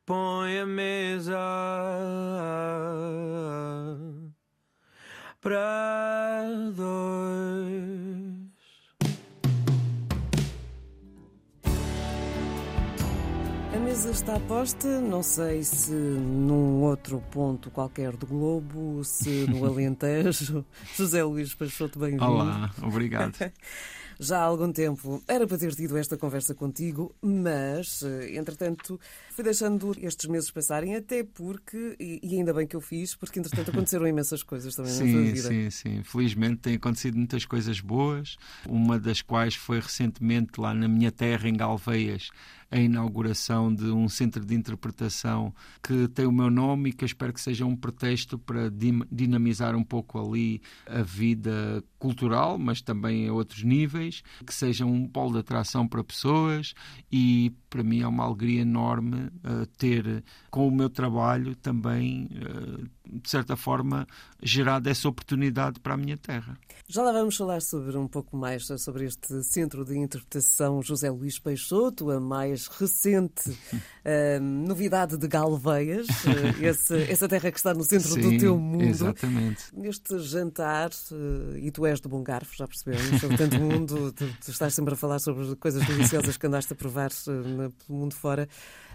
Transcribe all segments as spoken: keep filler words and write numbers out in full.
põe a mesa para dois. A mesa está posta, não sei se num outro ponto qualquer do globo, se no Alentejo. José Luís Peixoto, bem-vindo. Olá, obrigado. Já há algum tempo era para ter tido esta conversa contigo, mas, entretanto, fui deixando estes meses passarem, até porque, e ainda bem que eu fiz, porque, entretanto, aconteceram imensas coisas também sim, na tua vida. Sim, sim. Felizmente têm acontecido muitas coisas boas, uma das quais foi recentemente lá na minha terra, em Galveias, a inauguração de um centro de interpretação que tem o meu nome e que eu espero que seja um pretexto para dinamizar um pouco ali a vida cultural, mas também a outros níveis, que seja um polo de atração para pessoas, e para mim é uma alegria enorme uh, ter, com o meu trabalho também, uh, de certa forma, gerado essa oportunidade para a minha terra. Já lá vamos falar sobre um pouco mais sobre este centro de interpretação José Luís Peixoto, a mais recente uh, novidade de Galveias, uh, esse, essa terra que está no centro Sim, do teu mundo. Exatamente. Neste jantar, uh, e tu és do bom garfo, já percebemos, sobre tanto mundo, tu, tu estás sempre a falar sobre coisas deliciosas que andaste a provar uh, pelo mundo fora,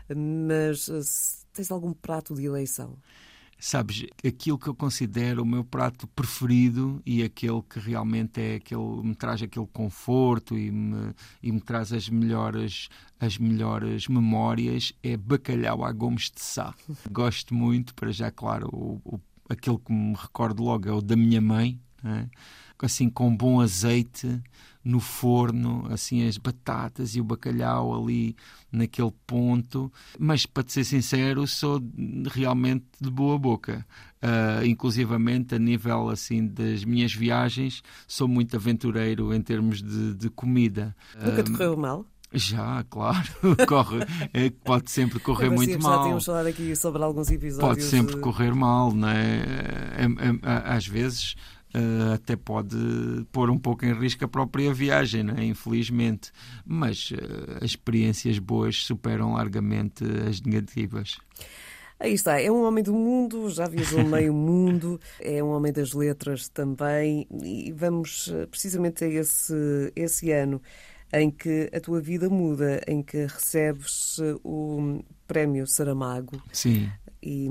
mas uh, tens algum prato de eleição? Sabes, aquilo que eu considero o meu prato preferido e aquele que realmente é aquele, me traz aquele conforto e me, e me traz as melhores, as melhores memórias é bacalhau à Gomes de Sá. Gosto muito, para já, claro, o, o, aquele que me recordo logo é o da minha mãe, né? Assim, com bom azeite no forno, assim, as batatas e o bacalhau ali naquele ponto. Mas, para te ser sincero, sou realmente de boa boca. Uh, inclusivamente, a nível assim das minhas viagens, sou muito aventureiro em termos de, de comida. Nunca te correu mal? Já, claro, corre, é, pode sempre correr eu muito que mal. Já tínhamos falado aqui sobre alguns episódios. Pode sempre de... correr mal, não é? É, é, é às vezes uh, até pode pôr um pouco em risco a própria viagem, não é? Infelizmente. Mas uh, as experiências boas superam largamente as negativas. Aí está, é um homem do mundo, já viajou meio mundo, é um homem das letras também, e vamos precisamente a esse, esse ano em que a tua vida muda, em que recebes o Prémio Saramago. Sim. E,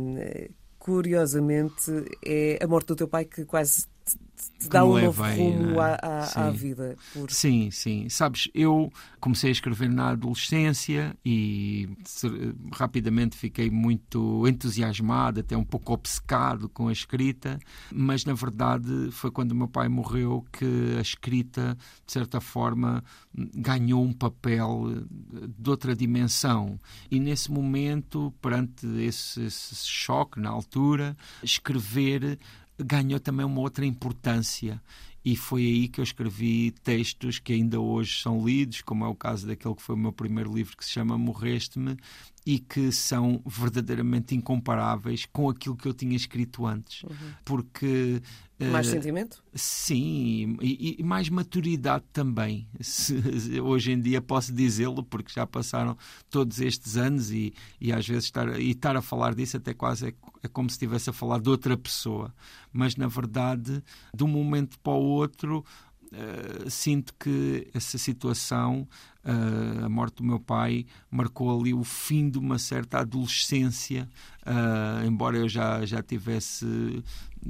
curiosamente, é a morte do teu pai que quase te dá um novo rumo à, à, à vida. Por... Sim, sim. Sabes, eu comecei a escrever na adolescência e rapidamente fiquei muito entusiasmado, até um pouco obcecado com a escrita, mas na verdade foi quando o meu pai morreu que a escrita, de certa forma, ganhou um papel de outra dimensão. E nesse momento, perante esse, esse choque na altura, escrever ganhou também uma outra importância, e foi aí que eu escrevi textos que ainda hoje são lidos, como é o caso daquele que foi o meu primeiro livro, que se chama Morreste-me, e que são verdadeiramente incomparáveis com aquilo que eu tinha escrito antes. Uhum. Porque... Mais uh, sentimento? Sim, e, e mais maturidade também. Se, hoje em dia posso dizê-lo, porque já passaram todos estes anos e, e às vezes estar, e estar a falar disso até quase é, é como se estivesse a falar de outra pessoa. Mas, na verdade, de um momento para o outro, uh, sinto que essa situação, uh, a morte do meu pai, marcou ali o fim de uma certa adolescência, uh, embora eu já, já tivesse...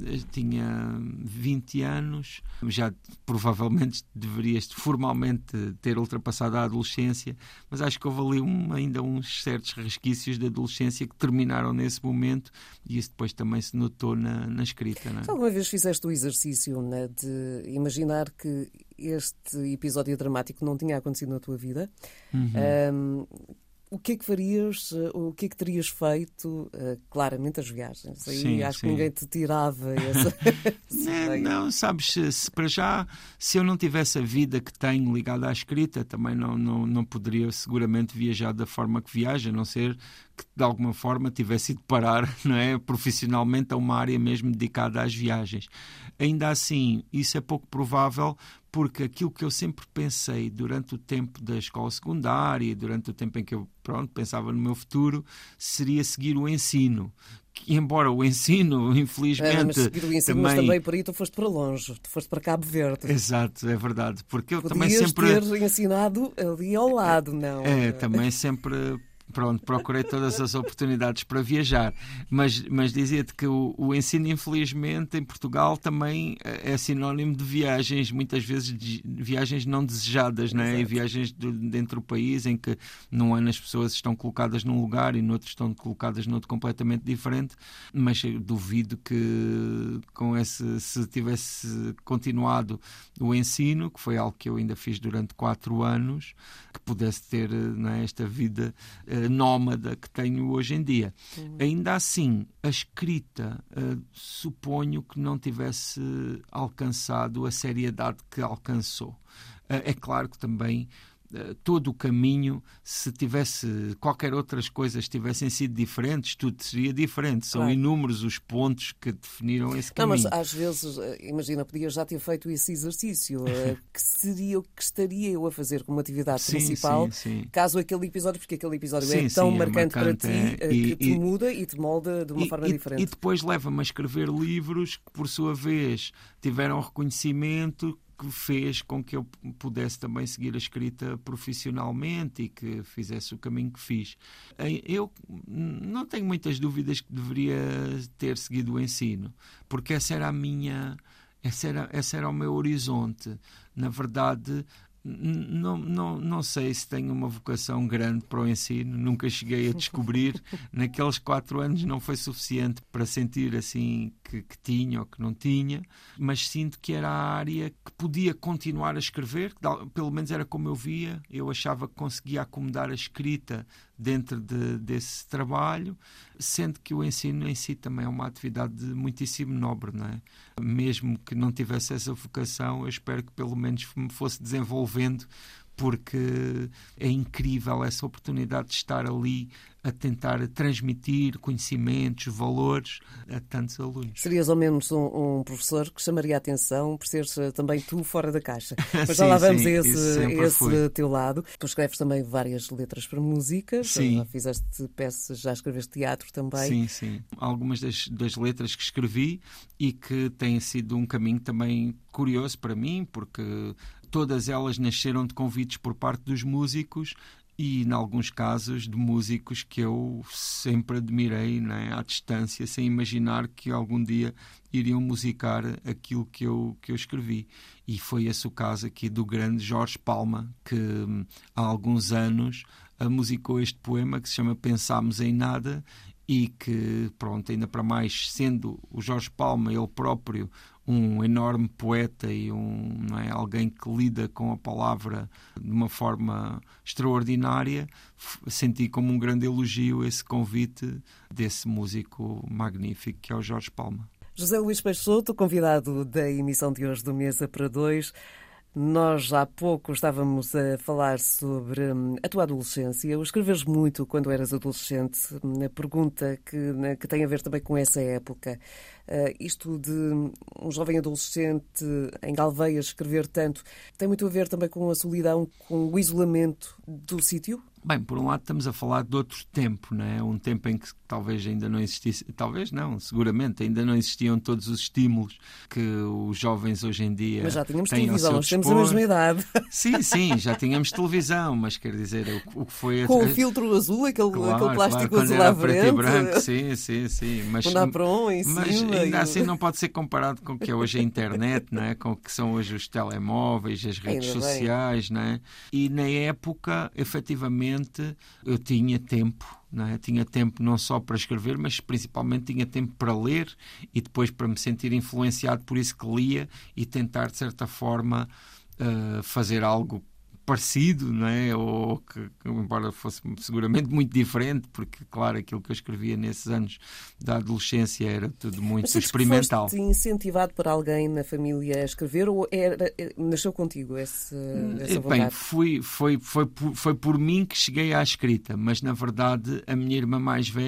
tinha vinte anos, já provavelmente deverias formalmente ter ultrapassado a adolescência, mas acho que houve ali um, ainda uns certos resquícios de adolescência que terminaram nesse momento, e isso depois também se notou na, na escrita. Não é? Alguma vez fizeste o exercício, né, de imaginar que este episódio dramático não tinha acontecido na tua vida? Uhum. Um, O que é que farias, o que é que terias feito? Uh, claramente as viagens. Aí sim, acho sim. que ninguém te tirava essa... não, não, sabes, se, se para já, se eu não tivesse a vida que tenho ligada à escrita, também não, não, não poderia seguramente viajar da forma que viaja, a não ser que de alguma forma tivesse ido parar, não é, profissionalmente a uma área mesmo dedicada às viagens. Ainda assim, isso é pouco provável, porque aquilo que eu sempre pensei durante o tempo da escola secundária e durante o tempo em que eu pronto, pensava no meu futuro, seria seguir o ensino. Que, embora o ensino, infelizmente... É, mas seguir o ensino, também... mas também por aí tu foste para longe, tu foste para Cabo Verde. Exato, é verdade. Porque eu Podias também sempre... ter ensinado ali ao lado, não? É, também sempre... Pronto, procurei todas as oportunidades para viajar, mas, mas dizia-te que o, o ensino, infelizmente, em Portugal também é sinónimo de viagens, muitas vezes de viagens não desejadas, né? E viagens de, dentro do país em que num ano as pessoas estão colocadas num lugar e no outro estão colocadas noutro completamente diferente, mas eu duvido que com esse, se tivesse continuado o ensino, que foi algo que eu ainda fiz durante quatro anos, que pudesse ter, né, esta vida nómada que tenho hoje em dia. Uhum. Ainda assim, a escrita, uh, suponho que não tivesse alcançado a seriedade que alcançou. Uh, é claro que também uh, todo o caminho, se tivesse qualquer outras coisas tivessem sido diferentes, tudo seria diferente. São claro. Inúmeros os pontos que definiram esse caminho. Não, mas às vezes, imagina, podia já ter feito esse exercício. que seria o que estaria eu a fazer como atividade sim, principal, sim, sim. caso aquele episódio, porque aquele episódio sim, é tão sim, marcante, é marcante para ti, é, que e, te e, muda e te molda de uma e, forma e, diferente. E depois leva-me a escrever livros que, por sua vez, tiveram reconhecimento, que fez com que eu pudesse também seguir a escrita profissionalmente e que fizesse o caminho que fiz. Eu não tenho muitas dúvidas que deveria ter seguido o ensino, porque essa era a minha, esse era, esse era o meu horizonte. Na verdade, Não, não, não sei se tenho uma vocação grande para o ensino, nunca cheguei a descobrir. Naqueles quatro anos não foi suficiente para sentir assim que, que tinha ou que não tinha, mas sinto que era a área que podia continuar a escrever, pelo menos era como eu via. Eu achava que conseguia acomodar a escrita dentro de, desse trabalho, sendo que o ensino em si também é uma atividade muitíssimo nobre, não é? Mesmo que não tivesse essa vocação, eu espero que pelo menos me fosse desenvolvendo, porque é incrível essa oportunidade de estar ali a tentar transmitir conhecimentos, valores a tantos alunos. Serias ao menos um, um professor que chamaria a atenção por seres também tu fora da caixa. Mas sim, já lá vamos sim, a esse, esse teu lado. Tu escreves também várias letras para músicas, sim. Já fizeste peças, já escreveste teatro também. Sim, sim. Algumas das, das letras que escrevi e que têm sido um caminho também curioso para mim, porque todas elas nasceram de convites por parte dos músicos e, em alguns casos, de músicos que eu sempre admirei, né, à distância, sem imaginar que algum dia iriam musicar aquilo que eu, que eu escrevi. E foi esse o caso aqui do grande Jorge Palma, que há alguns anos musicou este poema que se chama Pensámos em Nada e que, pronto, ainda para mais, sendo o Jorge Palma ele próprio um enorme poeta e um, não é, alguém que lida com a palavra de uma forma extraordinária, senti como um grande elogio esse convite desse músico magnífico que é o Jorge Palma. José Luís Peixoto, convidado da emissão de hoje do Mesa para Dois. Nós há pouco estávamos a falar sobre a tua adolescência. Escreves muito quando eras adolescente. A pergunta que, que tem a ver também com essa época. Uh, isto de um jovem adolescente em Galveias escrever tanto, tem muito a ver também com a solidão, com o isolamento do sítio? Bem, por um lado estamos a falar de outro tempo, não é? Um tempo em que talvez ainda não existisse, talvez não, seguramente ainda não existiam todos os estímulos que os jovens hoje em dia têm. Mas já tínhamos têm televisão, nós temos a dispor. mesma idade. Sim, sim, já tínhamos televisão, mas quer dizer, o, o que foi... Com a... o filtro azul, aquele, claro, aquele plástico claro, azul à preto frente. e branco, sim, sim, sim. Mas, Quando para um em mas cima, ainda e... assim não pode ser comparado com o que é hoje a internet, não é? Com o que são hoje os telemóveis, as redes ainda sociais, não é? E na época, efetivamente, eu tinha tempo, não é? Tinha tempo não só para escrever, mas principalmente tinha tempo para ler e depois para me sentir influenciado por isso que lia e tentar, de certa forma, uh, fazer algo parecido, não é? Ou que, embora fosse seguramente muito diferente, porque, claro, aquilo que eu escrevia nesses anos da adolescência era tudo muito Mas experimental. Mas foste incentivado por alguém na família a escrever ou era, nasceu contigo esse, essa vontade? Bem, fui, foi, foi, foi, foi por mim que cheguei à escrita, mas, na verdade, a minha irmã mais velha,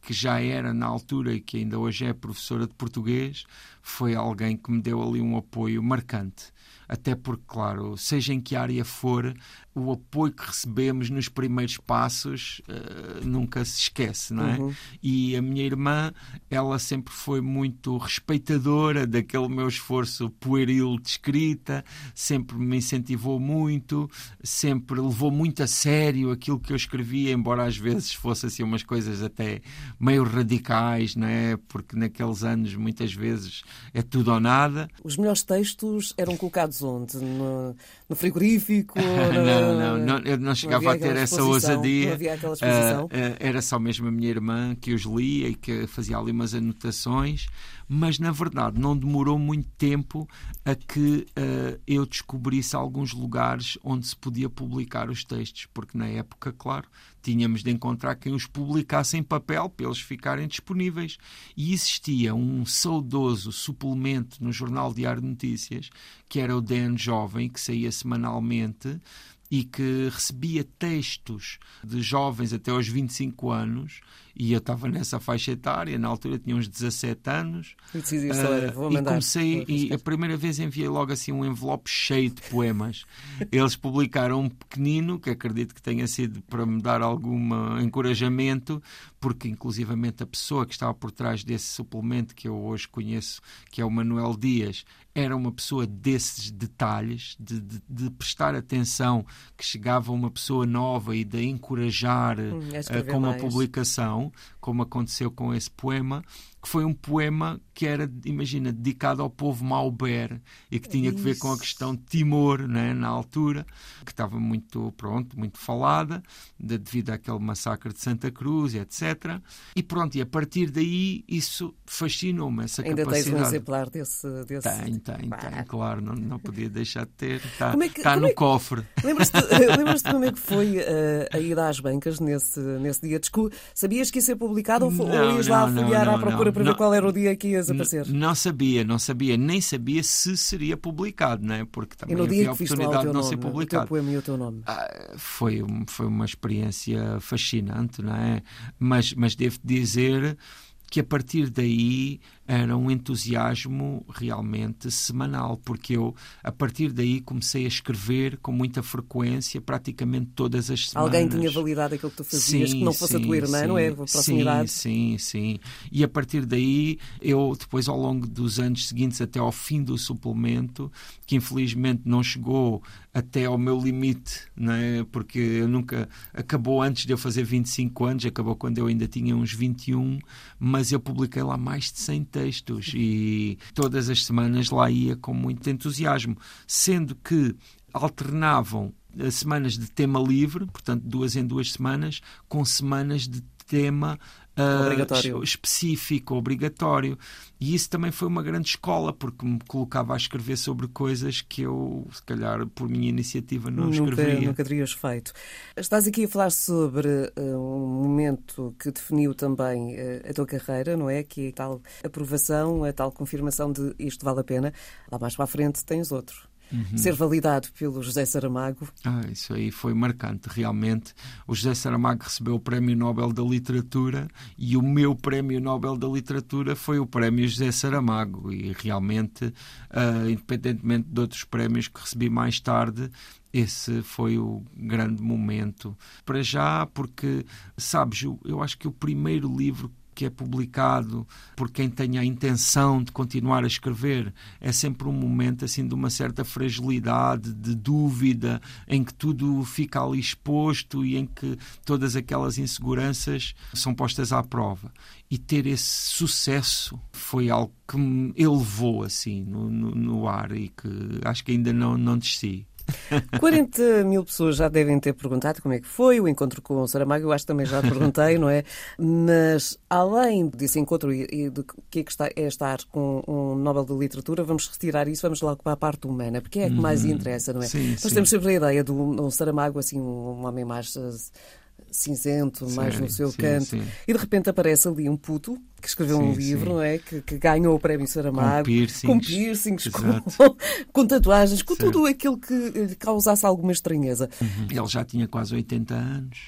que já era na altura e que ainda hoje é professora de português, foi alguém que me deu ali um apoio marcante. Até porque, claro, seja em que área for, o apoio que recebemos nos primeiros passos uh, nunca se esquece, não é? Uhum. E a minha irmã, ela sempre foi muito respeitadora daquele meu esforço pueril de escrita, sempre me incentivou muito, sempre levou muito a sério aquilo que eu escrevia, embora às vezes fosse assim umas coisas até meio radicais, não é? Porque naqueles anos, muitas vezes, é tudo ou nada. Os melhores textos eram colocados onde? No, no frigorífico? não, não, não, eu não chegava não a ter essa ousadia. Não havia aquela exposição? Uh, uh, era só mesmo a minha irmã que os lia e que fazia ali umas anotações, mas na verdade não demorou muito tempo a que uh, eu descobrisse alguns lugares onde se podia publicar os textos, porque na época, claro, tínhamos de encontrar quem os publicasse em papel para eles ficarem disponíveis. E existia um saudoso suplemento no Jornal Diário de Notícias, que era o D N Jovem, que saía semanalmente e que recebia textos de jovens até aos vinte e cinco anos, e eu estava nessa faixa etária, na altura tinha uns dezassete anos, e, uh, vou mandar, e comecei, e a primeira vez enviei logo assim um envelope cheio de poemas. Eles publicaram um pequenino, que acredito que tenha sido para me dar algum encorajamento, porque inclusivamente a pessoa que estava por trás desse suplemento, que eu hoje conheço, que é o Manuel Dias, era uma pessoa desses detalhes, de, de, de prestar atenção, que chegava uma pessoa nova e de encorajar hum, uh, com uma publicação, como aconteceu com esse poema, que foi um poema que era, imagina, dedicado ao povo Mauber e que tinha Isso. que ver com a questão de Timor, né, na altura, que estava muito, pronto, muito falada, de, devido àquele massacre de Santa Cruz, etcétera. E pronto, e a partir daí isso fascinou-me, essa Ainda capacidade. Ainda tens um exemplar desse... desse... Tem, tem, Pá. tem, claro, não, não podia deixar de ter. Está, é que, está no é que... cofre. Lembras-te, lembras-te como é que foi uh, a ida às bancas nesse, nesse dia? Descu... Sabias que ia ser publicado ou, não, ou ias lá a folhear à procura não, para não, ver qual era o dia que ias aparecer? Não, não sabia, não sabia, nem sabia se seria publicado, não é? Porque também e no havia dia a que oportunidade de não nome, ser publicado. O teu poema e o teu nome? Ah, foi, foi uma experiência fascinante, não é? Mas, mas devo dizer que a partir daí era um entusiasmo realmente semanal, porque eu, a partir daí, comecei a escrever com muita frequência, praticamente todas as semanas. Alguém tinha validado aquilo que tu fazias, sim, que não fosse sim, a tua irmã, sim, não é? A proximidade. Sim, sim, sim. E a partir daí, eu depois, ao longo dos anos seguintes, até ao fim do suplemento, que infelizmente não chegou até ao meu limite, não é? Porque eu nunca... Acabou antes de eu fazer vinte e cinco anos, acabou quando eu ainda tinha uns vinte e um, mas eu publiquei lá mais de cem textos e todas as semanas lá ia com muito entusiasmo, sendo que alternavam semanas de tema livre, portanto duas em duas semanas, com semanas de tema uh, obrigatório. específico, obrigatório. E isso também foi uma grande escola, porque me colocava a escrever sobre coisas que eu, se calhar, por minha iniciativa não nunca, escreveria. Nunca terias feito. Estás aqui a falar sobre uh, um momento que definiu também uh, a tua carreira, não é? Que é a tal aprovação, a tal confirmação de isto vale a pena. Lá mais para a frente tens outro. Uhum. Ser validado pelo José Saramago. Ah, isso aí foi marcante, realmente. O José Saramago recebeu o Prémio Nobel da Literatura e o meu Prémio Nobel da Literatura foi o Prémio José Saramago e realmente, uh, independentemente de outros prémios que recebi mais tarde, esse foi o grande momento. Para já, porque, sabes, eu, eu acho que o primeiro livro que é publicado por quem tenha a intenção de continuar a escrever é sempre um momento assim de uma certa fragilidade, de dúvida, em que tudo fica ali exposto e em que todas aquelas inseguranças são postas à prova. E ter esse sucesso foi algo que me elevou assim no, no, no ar e que acho que ainda não, não desci. quarenta mil pessoas já devem ter perguntado como é que foi o encontro com o Saramago. Eu acho que também já perguntei, não é? Mas, além desse encontro e do que é, que está, é estar com um Nobel de Literatura, vamos retirar isso, vamos logo para a parte humana, porque é a que mais interessa, não é? Sim, Nós sim. temos sempre a ideia de um, um Saramago, assim, um homem mais uh, cinzento, sim, mais no seu sim, canto, sim. E de repente aparece ali um puto que escreveu sim, um livro, sim. não é? Que, que ganhou o prémio Saramago, com piercings, com, piercings, com, com tatuagens, com certo. Tudo aquilo que lhe causasse alguma estranheza. Uhum. Ele já tinha quase oitenta anos.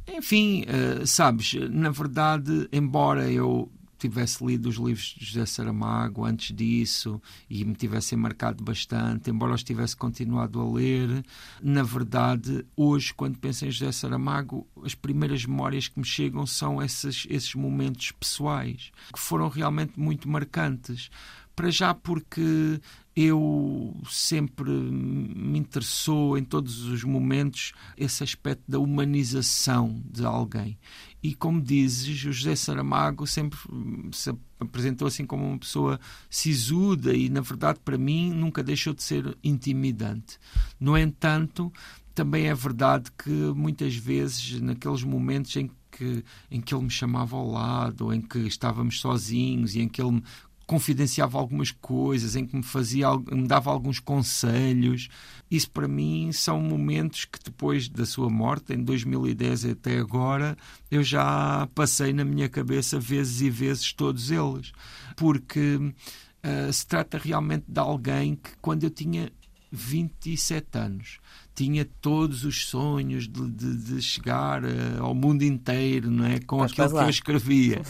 Enfim, uh, sabes, na verdade, embora eu tivesse lido os livros de José Saramago antes disso e me tivessem marcado bastante, embora eu tivesse continuado a ler, na verdade, hoje, quando penso em José Saramago, as primeiras memórias que me chegam são esses, esses momentos pessoais, que foram realmente muito marcantes. Para já porque eu sempre me interessou em todos os momentos esse aspecto da humanização de alguém. E como dizes, o José Saramago sempre se apresentou assim como uma pessoa sisuda e, na verdade, para mim, nunca deixou de ser intimidante. No entanto, também é verdade que muitas vezes, naqueles momentos em que, em que ele me chamava ao lado, ou em que estávamos sozinhos e em que ele me confidenciava algumas coisas, em que me fazia, me dava alguns conselhos. Isso para mim são momentos que depois da sua morte, em dois mil e dez até agora, eu já passei na minha cabeça vezes e vezes todos eles. Porque uh, se trata realmente de alguém que, quando eu tinha vinte e sete anos, tinha todos os sonhos de, de, de chegar uh, ao mundo inteiro, não é? Com Mas aquilo que eu escrevia.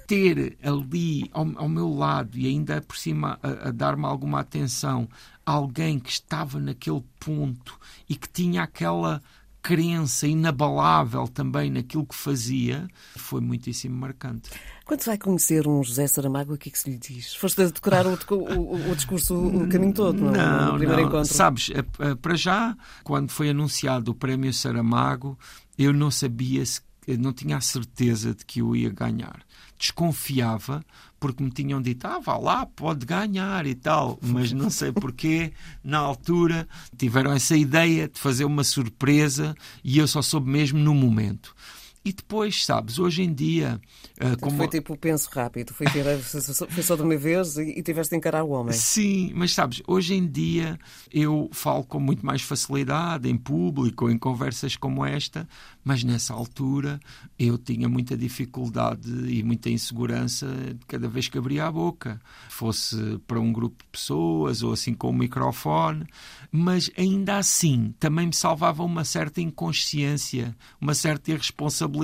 Ter ali ao, ao meu lado e ainda por cima a, a dar-me alguma atenção alguém que estava naquele ponto e que tinha aquela crença inabalável também naquilo que fazia, foi muitíssimo marcante. Quando se vai conhecer um José Saramago, o que é que se lhe diz? Foste a decorar o, o, o discurso o caminho todo, não, não no primeiro não. encontro? Sabes, para já, quando foi anunciado o Prémio Saramago, eu não sabia, se, não tinha a certeza de que eu ia ganhar. Desconfiava, porque me tinham dito, ah, vá lá, pode ganhar e tal, mas não sei porquê, na altura tiveram essa ideia de fazer uma surpresa e eu só soube mesmo no momento. E depois, sabes, hoje em dia... Uh, como... Foi tipo penso rápido, foi, ter, foi só de uma vez e, e tiveste de encarar o homem. Sim, mas sabes, hoje em dia eu falo com muito mais facilidade em público, em conversas como esta, mas nessa altura eu tinha muita dificuldade e muita insegurança cada vez que abria a boca. Fosse para um grupo de pessoas ou assim com o microfone, mas ainda assim também me salvava uma certa inconsciência, uma certa irresponsabilidade.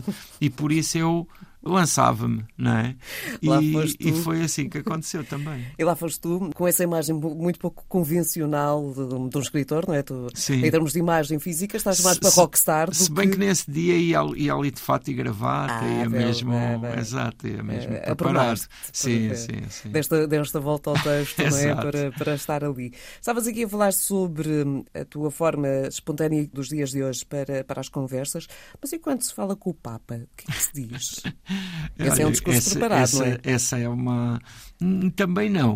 E por isso eu lançava-me, não é? E, e foi assim que aconteceu também. E lá foste tu, com essa imagem muito pouco convencional de, de um escritor, não é? Tu, em termos de imagem física, estás mais se, para rockstar do Se bem que... que nesse dia ia, ia ali de fato e gravata, ah, ia bem, mesmo... bem, bem. Exato, ia mesmo é, preparado. Sim, para, sim, sim. Desta, desta volta ao texto, não é? Para, para estar ali. Estavas aqui a falar sobre a tua forma espontânea dos dias de hoje para, para as conversas, mas e quando se fala com o Papa, o que é que se diz? Esse Olha, é um discurso essa, preparado, essa, não é? Essa é uma... Também não.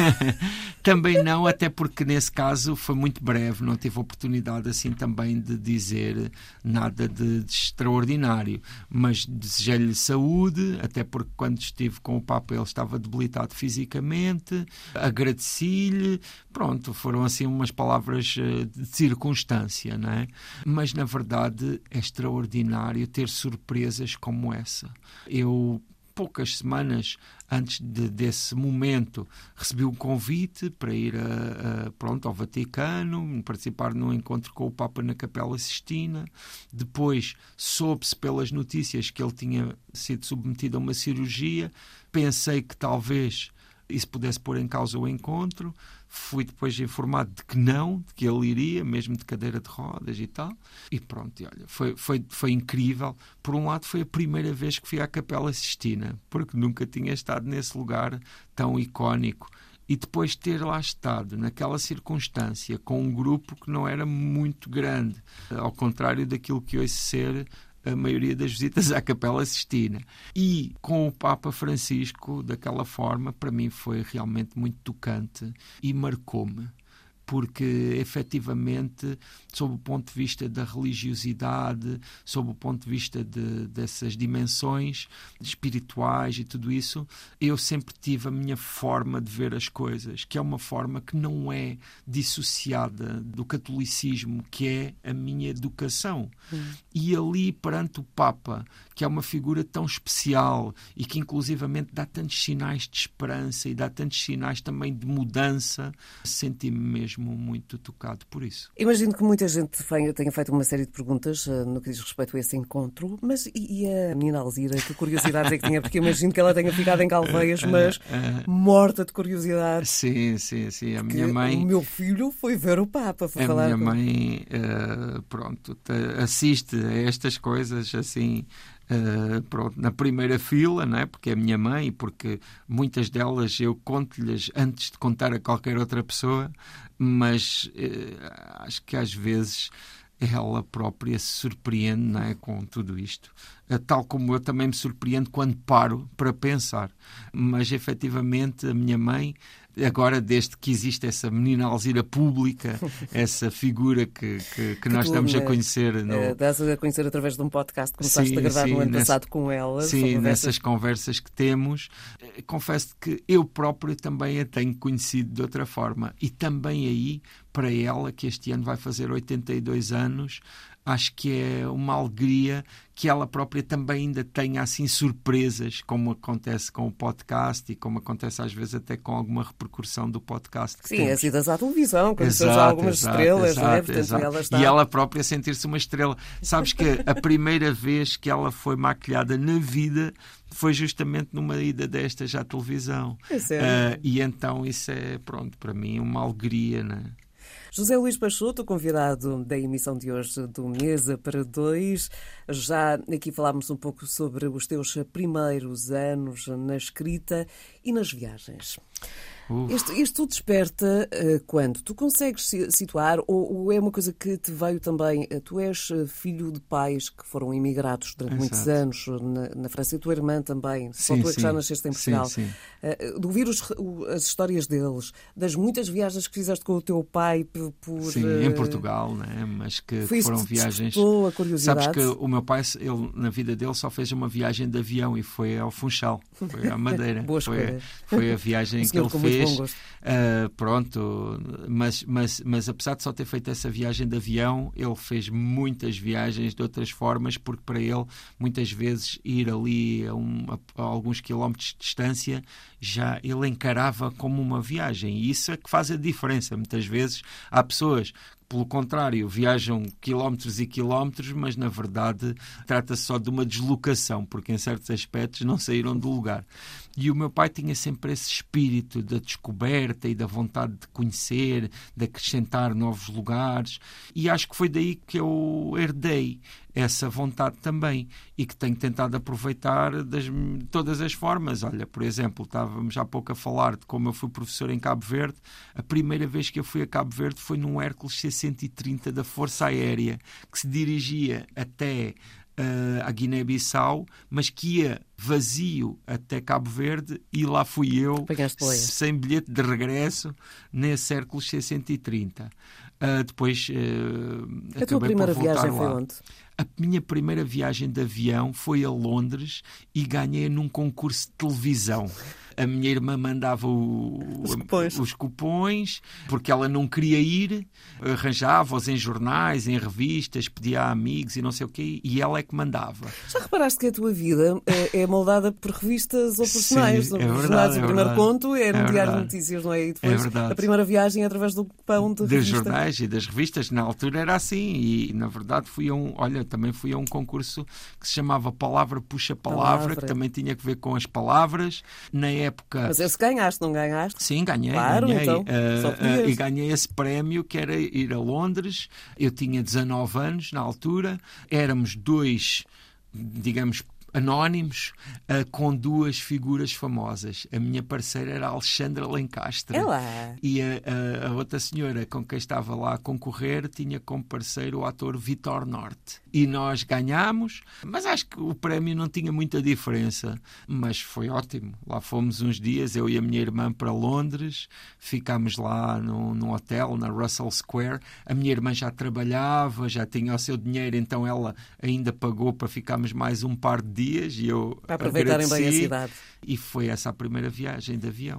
Também não, até porque nesse caso foi muito breve, não tive oportunidade assim também de dizer nada de, de extraordinário, mas desejei-lhe saúde, até porque quando estive com o Papa ele estava debilitado fisicamente, agradeci-lhe, pronto, foram assim umas palavras de circunstância, não é? Mas na verdade é extraordinário ter surpresas como essa. Eu poucas semanas antes de, desse momento, recebi um convite para ir a, a, pronto, ao Vaticano, participar num encontro com o Papa na Capela Sistina. Depois soube-se pelas notícias que ele tinha sido submetido a uma cirurgia. Pensei que talvez isso pudesse pôr em causa o encontro. Fui depois informado de que não, de que ele iria, mesmo de cadeira de rodas e tal. E pronto, e olha, foi, foi, foi incrível. Por um lado, foi a primeira vez que fui à Capela Sistina, porque nunca tinha estado nesse lugar tão icónico. E depois de ter lá estado, naquela circunstância, com um grupo que não era muito grande, ao contrário daquilo que ouço ser a maioria das visitas à Capela Sistina. E com o Papa Francisco, daquela forma, para mim foi realmente muito tocante e marcou-me. Porque, efetivamente, sob o ponto de vista da religiosidade, sob o ponto de vista de, dessas dimensões espirituais e tudo isso, eu sempre tive a minha forma de ver as coisas, que é uma forma que não é dissociada do catolicismo, que é a minha educação. Hum. E ali, perante o Papa, que é uma figura tão especial e que, inclusivamente, dá tantos sinais de esperança e dá tantos sinais também de mudança, senti-me mesmo mesmo muito tocado por isso. Imagino que muita gente tenha feito uma série de perguntas uh, no que diz respeito a esse encontro, mas e, e a menina Alzira, que curiosidades é que tinha? Porque imagino que ela tenha ficado em Calveias, mas morta de curiosidade. Sim, sim, sim. A minha mãe... O meu filho foi ver o Papa. Foi a falar minha com... mãe, uh, pronto, assiste a estas coisas assim... Uh, pronto, na primeira fila, não é? Porque é a minha mãe, porque muitas delas eu conto-lhes antes de contar a qualquer outra pessoa, mas uh, acho que às vezes ela própria se surpreende, não é, com tudo isto, uh, tal como eu também me surpreendo quando paro para pensar. Mas efetivamente a minha mãe, agora desde que existe essa menina Alzira pública, essa figura que, que, que nós tu, estamos a conhecer... No... Uh, dás a conhecer através de um podcast que começaste sim, a gravar sim, no ano nessa, passado com ela. Sim, nessas conversas que temos. Uh, confesso que eu próprio também a tenho conhecido de outra forma. E também aí, para ela, que este ano vai fazer oitenta e dois anos, acho que é uma alegria que ela própria também ainda tenha assim surpresas, como acontece com o podcast e como acontece às vezes até com alguma repercussão do podcast que Sim, temos. as idas à televisão, quando exato, já algumas exato, estrelas, exato, não é? Portanto, exato. ela está... E ela própria sentir-se uma estrela. Sabes que a primeira vez que ela foi maquilhada na vida foi justamente numa ida destas à televisão. É sério? Uh, e então isso é, pronto, para mim uma alegria, não é? José Luís Peixoto, convidado da emissão de hoje do Mesa para Dois. Já aqui falámos um pouco sobre os teus primeiros anos na escrita e nas viagens. Isto, isto desperta uh, quando? Tu consegues situar, ou, ou é uma coisa que te veio também? Uh, tu és uh, filho de pais que foram imigrados durante Exato. muitos anos na, na França, e a tua irmã também, sim, só tu é que já sim. nasceste em Portugal. Sim, sim. Uh, de ouvir os, o, as histórias deles, das muitas viagens que fizeste com o teu pai por... Sim, uh, em Portugal, né? Mas que foi foram isso que viagens... a curiosidade. Sabes que o meu pai, ele, na vida dele, só fez uma viagem de avião e foi ao Funchal, foi à Madeira. Boa foi, foi a viagem que ele fez. Uh, pronto, mas, mas, mas apesar de só ter feito essa viagem de avião, ele fez muitas viagens de outras formas, porque para ele, muitas vezes, ir ali a, um, a, a alguns quilómetros de distância, já ele encarava como uma viagem. E isso é que faz a diferença. Muitas vezes há pessoas pelo contrário, viajam quilómetros e quilómetros, mas na verdade trata-se só de uma deslocação, porque em certos aspectos não saíram do lugar. E o meu pai tinha sempre esse espírito da descoberta e da vontade de conhecer, de acrescentar novos lugares, e acho que foi daí que eu herdei essa vontade também, e que tenho tentado aproveitar das, de todas as formas. Olha, por exemplo, estávamos há pouco a falar de como eu fui professor em Cabo Verde. A primeira vez que eu fui a Cabo Verde foi num Hércules C cento e trinta da Força Aérea, que se dirigia até uh, a Guiné-Bissau, mas que ia vazio até Cabo Verde, e lá fui eu, sem bilhete de regresso, nesse Hércules C cento e trinta. Uh, depois uh, a tua primeira viagem foi onde? A minha primeira viagem de avião foi a Londres e ganhei num concurso de televisão. A minha irmã mandava o, os, cupons. os cupons, porque ela não queria ir, arranjava-os em jornais, em revistas, pedia a amigos e não sei o quê, e ela é que mandava. Já reparaste que a tua vida é, é moldada por revistas ou por jornais? Sim, é verdade, o é primeiro verdade. conto é no é Diário de verdade. Notícias, não é? E depois é verdade. A primeira viagem é através do cupão de Dos revista. jornais e das revistas, na altura era assim, e na verdade fui a um, olha, também fui a um concurso que se chamava Palavra Puxa Palavra, Palavra. que também tinha que ver com as palavras. Na época... Mas esse ganhaste, não ganhaste? Sim, ganhei. Claro, ganhei. então. Uh, Só uh, e ganhei esse prémio, que era ir a Londres. Eu tinha dezanove anos na altura. Éramos dois, digamos, anónimos, uh, com duas figuras famosas. A minha parceira era a Alexandra Lencastre. É lá. E a, a, a outra senhora com quem estava lá a concorrer tinha como parceiro o ator Vitor Norte. E nós ganhámos, mas acho que o prémio não tinha muita diferença. Mas foi ótimo. Lá fomos uns dias, eu e a minha irmã, para Londres. Ficámos lá no, no hotel, na Russell Square. A minha irmã já trabalhava, já tinha o seu dinheiro, então ela ainda pagou para ficarmos mais um par de dias, e eu para aproveitarem agradeci, bem a cidade. E foi essa a primeira viagem de avião.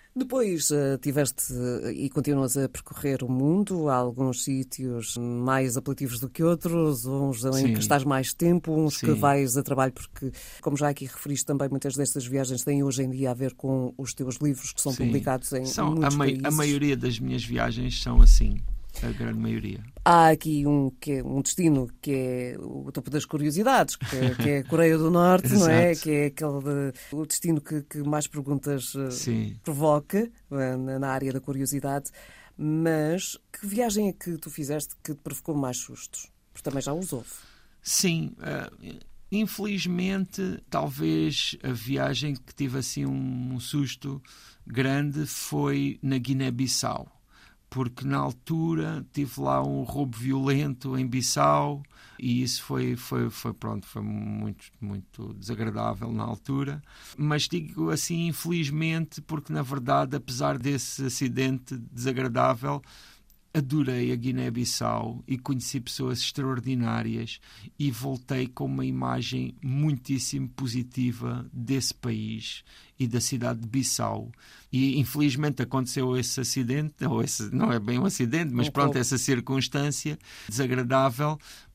Depois uh, tiveste uh, e continuas a percorrer o mundo, há alguns sítios mais apelativos do que outros, uns em Sim. que estás mais tempo, uns Sim. que vais a trabalho, porque, como já aqui referiste também, muitas destas viagens têm hoje em dia a ver com os teus livros que são Sim. publicados em São, muitos a, mai- países. a maioria das minhas viagens são assim, a grande maioria. Há aqui um, que é um destino que é o topo das curiosidades, que é, que é a Coreia do Norte, não é? Exato. Que é aquele de- o destino que, que mais perguntas uh, Sim. provoca uh, na, na área da curiosidade. Mas que viagem é que tu fizeste que te provocou mais sustos? Porque também já os houve. Sim, uh, infelizmente, talvez a viagem que tive assim um, um susto grande foi na Guiné-Bissau, porque na altura tive lá um roubo violento em Bissau e isso foi, foi, foi, pronto, foi muito, muito desagradável na altura. Mas digo assim, infelizmente, porque na verdade, apesar desse acidente desagradável, adorei a Guiné-Bissau e conheci pessoas extraordinárias e voltei com uma imagem muitíssimo positiva desse país e da cidade de Bissau. E infelizmente aconteceu esse acidente, ou esse, não é bem um acidente, mas Um pronto, pouco. essa circunstância desagradável,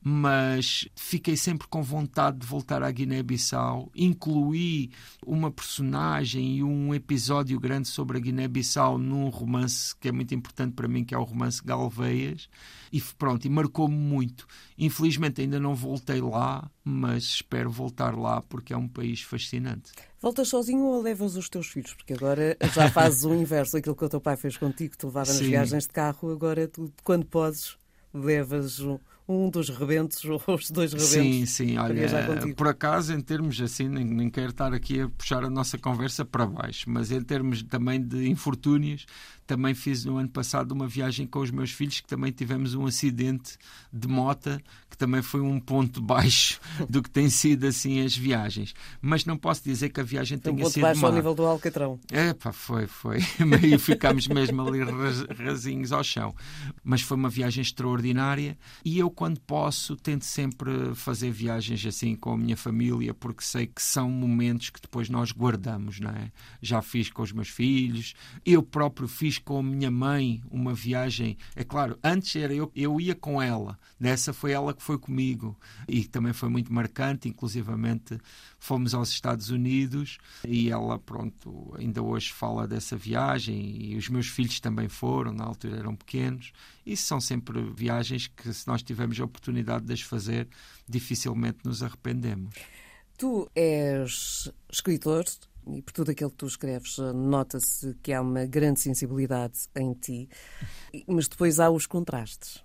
mas fiquei sempre com vontade de voltar à Guiné-Bissau. Incluí uma personagem e um episódio grande sobre a Guiné-Bissau num romance que é muito importante para mim, que é o romance Galveias, e pronto, e marcou-me muito. Infelizmente ainda não voltei lá, mas espero voltar lá porque é um país fascinante. Voltas sozinho ou levas os teus filhos? Porque agora já fazes o inverso, aquilo que o teu pai fez contigo, tu levava nas Sim. viagens de carro, agora tu, quando podes, levas um, um dos rebentos ou os dois rebentos. Sim, sim, para viajar olha, contigo. por acaso, em termos assim, nem, nem quero estar aqui a puxar a nossa conversa para baixo, mas em termos também de infortúnios, também fiz no ano passado uma viagem com os meus filhos, que também tivemos um acidente de mota, que também foi um ponto baixo do que tem sido assim as viagens. Mas não posso dizer que a viagem Um tenha ponto sido baixo má. ao nível do Alcatrão. É pá, foi, foi. Meio ficámos mesmo ali ras- rasinhos ao chão. Mas foi uma viagem extraordinária e eu, quando posso, tento sempre fazer viagens assim com a minha família, porque sei que são momentos que depois nós guardamos, não é? Já fiz com os meus filhos, eu próprio fiz com a minha mãe uma viagem. É claro, antes era eu, eu ia com ela, nessa foi ela que foi comigo e também foi muito marcante, inclusivamente fomos aos Estados Unidos e ela, pronto, ainda hoje fala dessa viagem e os meus filhos também foram, na altura eram pequenos. Isso são sempre viagens que, se nós tivermos a oportunidade de as fazer, dificilmente nos arrependemos. Tu és escritor e por tudo aquilo que tu escreves nota-se que há uma grande sensibilidade em ti, mas depois há os contrastes.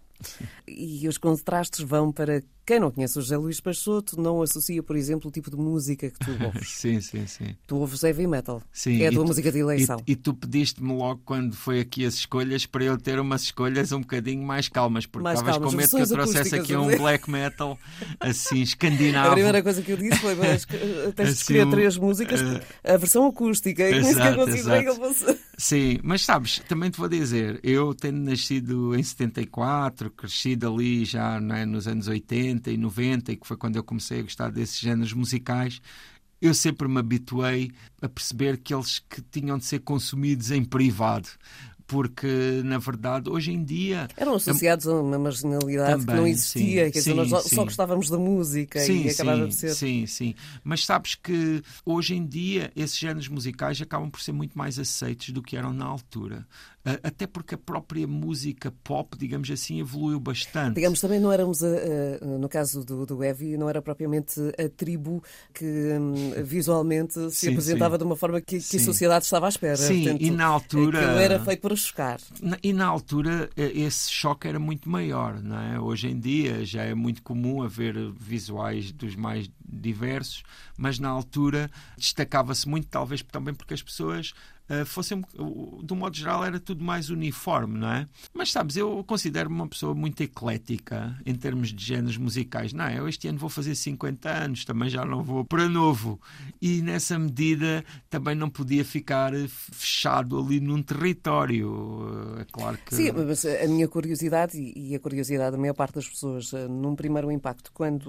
E os contrastes vão para quem não conhece o José Luís Peixoto, não associa, por exemplo, o tipo de música que tu ouves. Sim, sim, sim. Tu ouves heavy metal, Sim, que é a e tua tu- música de eleição. E, e tu pediste-me logo, quando foi aqui as escolhas, para eu ter umas escolhas um bocadinho mais calmas, porque Mais estavas calmas, com medo que eu versões trouxesse acústicas, aqui a um dizer. black metal assim A escandinavo. primeira coisa que eu disse foi: mas, tens de Assim, escolher um, três músicas, eh, a versão acústica, e nem sequer exato, considerei que exato. ele fosse. Sim, mas sabes, também te vou dizer, eu tendo nascido em setenta e quatro, crescido ali já, não é, nos anos oitenta e noventa, e que foi quando eu comecei a gostar desses géneros musicais, eu sempre me habituei a perceber que eles que tinham de ser consumidos em privado. Porque, na verdade, hoje em dia... Eram associados a uma marginalidade que não Também, existia, sim, quer dizer, sim, nós só- sim. só gostávamos da música Sim, e acabava sim, por ser. sim, sim. Mas sabes que hoje em dia esses géneros musicais acabam por ser muito mais aceitos do que eram na altura. Ah, Até porque a própria música pop, digamos assim, evoluiu bastante. Digamos, também não éramos, a, a- no caso do, do Heavy, não era propriamente a tribo que hum, visualmente se Sim, apresentava sim. de uma forma que, que a Sim. sociedade estava à espera. Sim, Portanto, e na altura- aquilo era feito para chocar. Na- E na altura eh, esse choque era muito maior, não é? Hoje em dia já é muito comum haver visuais dos mais diversos, mas na altura destacava-se muito, talvez também porque as pessoas eh, fossem, de um modo geral, era tudo mais uniforme, não é? Mas sabes, eu considero-me uma pessoa muito eclética em termos de géneros musicais, não é? Eu este ano vou fazer cinquenta anos, também já não vou para novo, e nessa medida também não podia ficar fechado ali num território. É claro que... Sim, mas a minha curiosidade e a curiosidade da maior parte das pessoas, num primeiro impacto, quando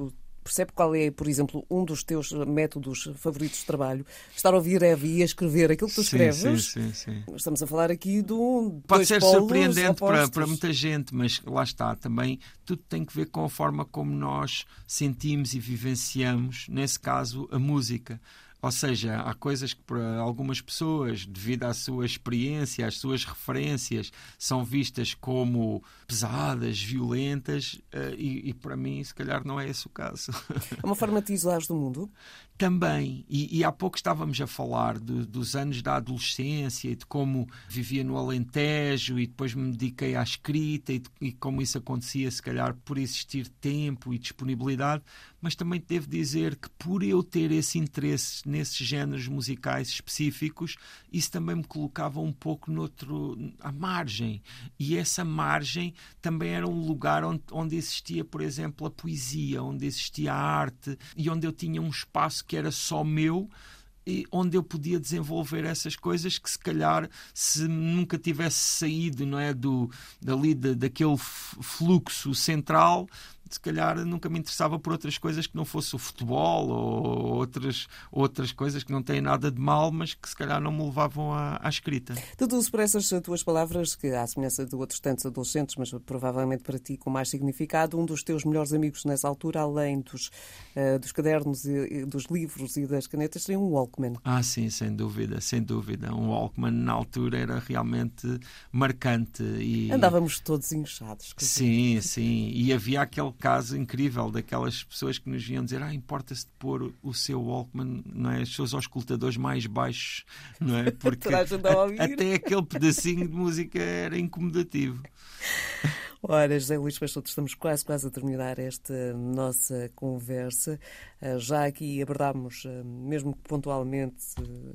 percebe qual é, por exemplo, um dos teus métodos favoritos de trabalho? Estar a ouvir Heavy e a escrever aquilo que tu escreves? Sim, sim, sim, sim. Estamos a falar aqui de um. Pode ser surpreendente para, para muita gente, mas lá está, também tudo tem que ver com a forma como nós sentimos e vivenciamos, nesse caso, a música. Ou seja, há coisas que para algumas pessoas, devido à sua experiência, às suas referências, são vistas como pesadas, violentas, e, e para mim, se calhar, não é esse o caso. É uma forma de te isolares do mundo? Também, e, e há pouco estávamos a falar de, dos anos da adolescência e de como vivia no Alentejo e depois me dediquei à escrita e, de, e como isso acontecia, se calhar, por existir tempo e disponibilidade, mas também devo dizer que por eu ter esse interesse nesses géneros musicais específicos, isso também me colocava um pouco noutro, à margem. E essa margem também era um lugar onde, onde existia, por exemplo, a poesia, onde existia a arte e onde eu tinha um espaço que era só meu, e onde eu podia desenvolver essas coisas que se calhar se nunca tivesse saído, não é, do, dali da, daquele fluxo central, se calhar nunca me interessava por outras coisas que não fosse o futebol ou outras, outras coisas que não têm nada de mal, mas que se calhar não me levavam à, à escrita. Deduzo por essas tuas palavras que, à semelhança de outros tantos adolescentes, mas provavelmente para ti com mais significado, um dos teus melhores amigos nessa altura, além dos, uh, dos cadernos, e, e dos livros e das canetas, seria um Walkman. Ah, sim, sem dúvida, sem dúvida. Um Walkman na altura era realmente marcante. E... andávamos todos inchados. Sim, sim. E havia aquele caso incrível daquelas pessoas que nos vinham dizer: ah, importa-se de pôr o seu Walkman, não é, os seus auscultadores mais baixos, não é? Porque a, até aquele pedacinho de música era incomodativo. Ora, José Luís Peixoto, estamos quase, quase a terminar esta nossa conversa. Já aqui abordámos, mesmo pontualmente,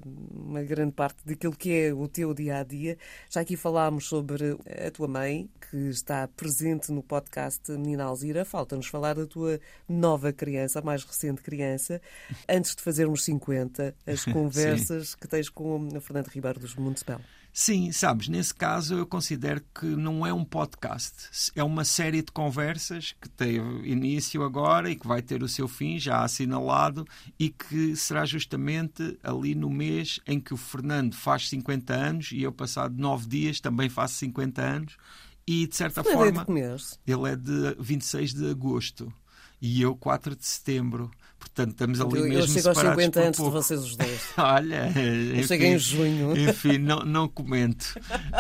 uma grande parte daquilo que é o teu dia-a-dia. Já aqui falámos sobre a tua mãe, que está presente no podcast Menina Alzira. Falta-nos falar da tua nova criança, a mais recente criança. Antes de fazermos cinquenta, as conversas que tens com a Fernando Ribeiro dos Municipal. Sim, sabes, nesse caso eu considero que não é um podcast, é uma série de conversas que teve início agora e que vai ter o seu fim já assinalado e que será justamente ali no mês em que o Fernando faz cinquenta anos e eu, passado nove dias, também faço cinquenta anos e, de certa Fernando forma, é de que mês? Ele é de vinte e seis de agosto e eu quatro de setembro. Portanto, estamos ali eu, mesmo eu chego aos cinquenta antes pouco. De vocês os dois. Olha, eu chego em junho. Enfim, não, não comento.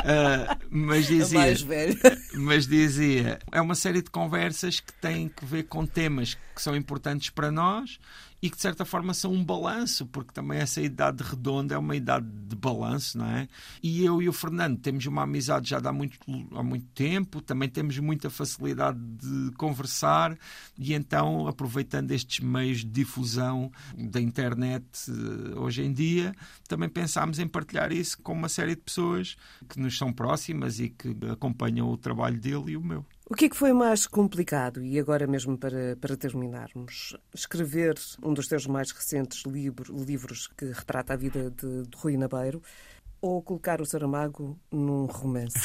Uh, mas dizia, mais velho. mas dizia, é uma série de conversas que têm que ver com temas que são importantes para nós e que, de certa forma, são um balanço, porque também essa idade redonda é uma idade de balanço, não é? E eu e o Fernando temos uma amizade já de há muito, há muito tempo, também temos muita facilidade de conversar e então, aproveitando estes meios de difusão da internet hoje em dia, também pensámos em partilhar isso com uma série de pessoas que nos são próximas e que acompanham o trabalho dele e o meu. O que é que foi mais complicado, e agora mesmo para, para terminarmos, escrever um dos teus mais recentes livro, livros que retrata a vida de, de Rui Nabeiro, ou colocar o Saramago num romance?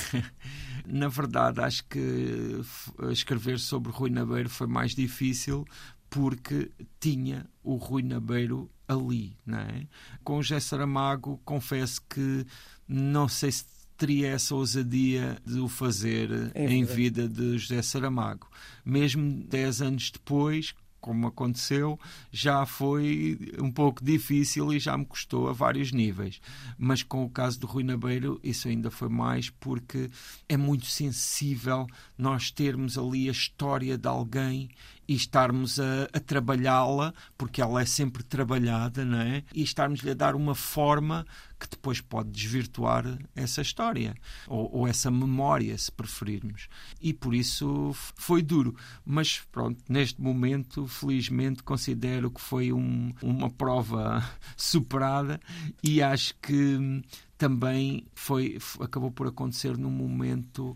Na verdade, acho que escrever sobre Rui Nabeiro foi mais difícil porque tinha o Rui Nabeiro ali, não é? Com o José Saramago, confesso que não sei se teria essa ousadia de o fazer em, em vida de José Saramago. Mesmo dez anos depois, como aconteceu, já foi um pouco difícil e já me custou a vários níveis. Mas com o caso do Rui Nabeiro, isso ainda foi mais porque é muito sensível nós termos ali a história de alguém e estarmos a, a trabalhá-la, porque ela é sempre trabalhada, não é? E estarmos-lhe a dar uma forma que depois pode desvirtuar essa história, ou, ou essa memória, se preferirmos. E por isso foi duro. Mas pronto, neste momento, felizmente, considero que foi um, uma prova superada e acho que também foi, acabou por acontecer num momento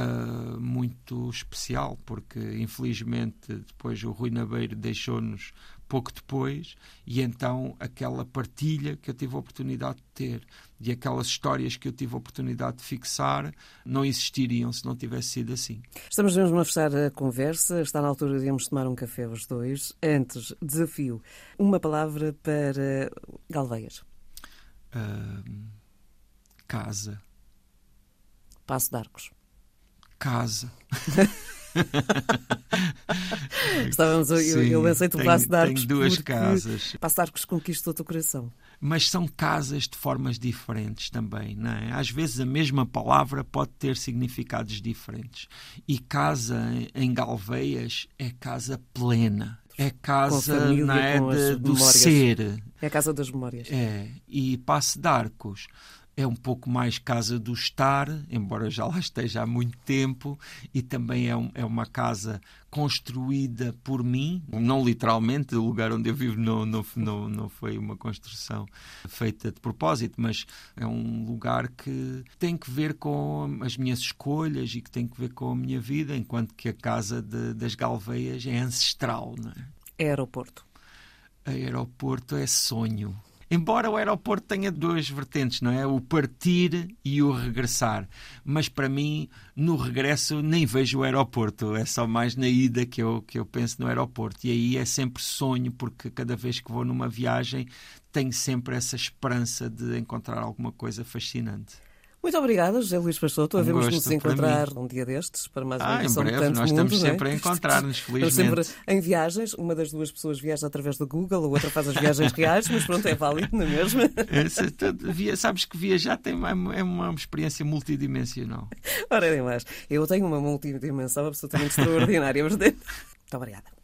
Uh, muito especial, porque infelizmente depois o Rui Nabeiro deixou-nos pouco depois, e então aquela partilha que eu tive a oportunidade de ter e aquelas histórias que eu tive a oportunidade de fixar não existiriam se não tivesse sido assim. Estamos mesmo a fechar a conversa. Está na altura de irmos tomar um café os dois. Antes, desafio. Uma palavra para Galveias. Uh, casa. Passo de Arcos. Casa. Estávamos, eu, Sim, eu aceito o tenho, Passo de Arcos tenho duas porque casas. Passo de Arcos conquistou o teu coração. Mas são casas de formas diferentes também, não é? Às vezes a mesma palavra pode ter significados diferentes. E casa em Galveias é casa plena. É casa, família, não é, de, do memórias. ser. É a casa das memórias. É. E Passo de Arcos é um pouco mais casa do estar, embora já lá esteja há muito tempo, e também é, um, é uma casa construída por mim, não literalmente, o lugar onde eu vivo não, não, não, não foi uma construção feita de propósito, mas é um lugar que tem que ver com as minhas escolhas e que tem que ver com a minha vida, enquanto que a casa de, das Galveias é ancestral, não é? É aeroporto. Aeroporto é sonho. Embora o aeroporto tenha duas vertentes, não é? O partir e o regressar. Mas para mim, no regresso, nem vejo o aeroporto. É só mais na ida que eu, que eu penso no aeroporto. E aí é sempre sonho, porque cada vez que vou numa viagem tenho sempre essa esperança de encontrar alguma coisa fascinante. Muito obrigada, José Luís Peixoto. Um Havemos gosto nos para encontrar mim. um dia destes para mais uma Ah, em edição de breve, Tanto nós Mundo. estamos não é? sempre a encontrar-nos, Estamos felizmente. sempre em viagens. Uma das duas pessoas viaja através do Google, a outra faz as viagens reais, mas pronto, é válido, não é mesmo? Essa, tudo, via- sabes que viajar tem, é uma experiência multidimensional. Ora, nem mais. Eu tenho uma multidimensão absolutamente extraordinária. Mas... Muito obrigada.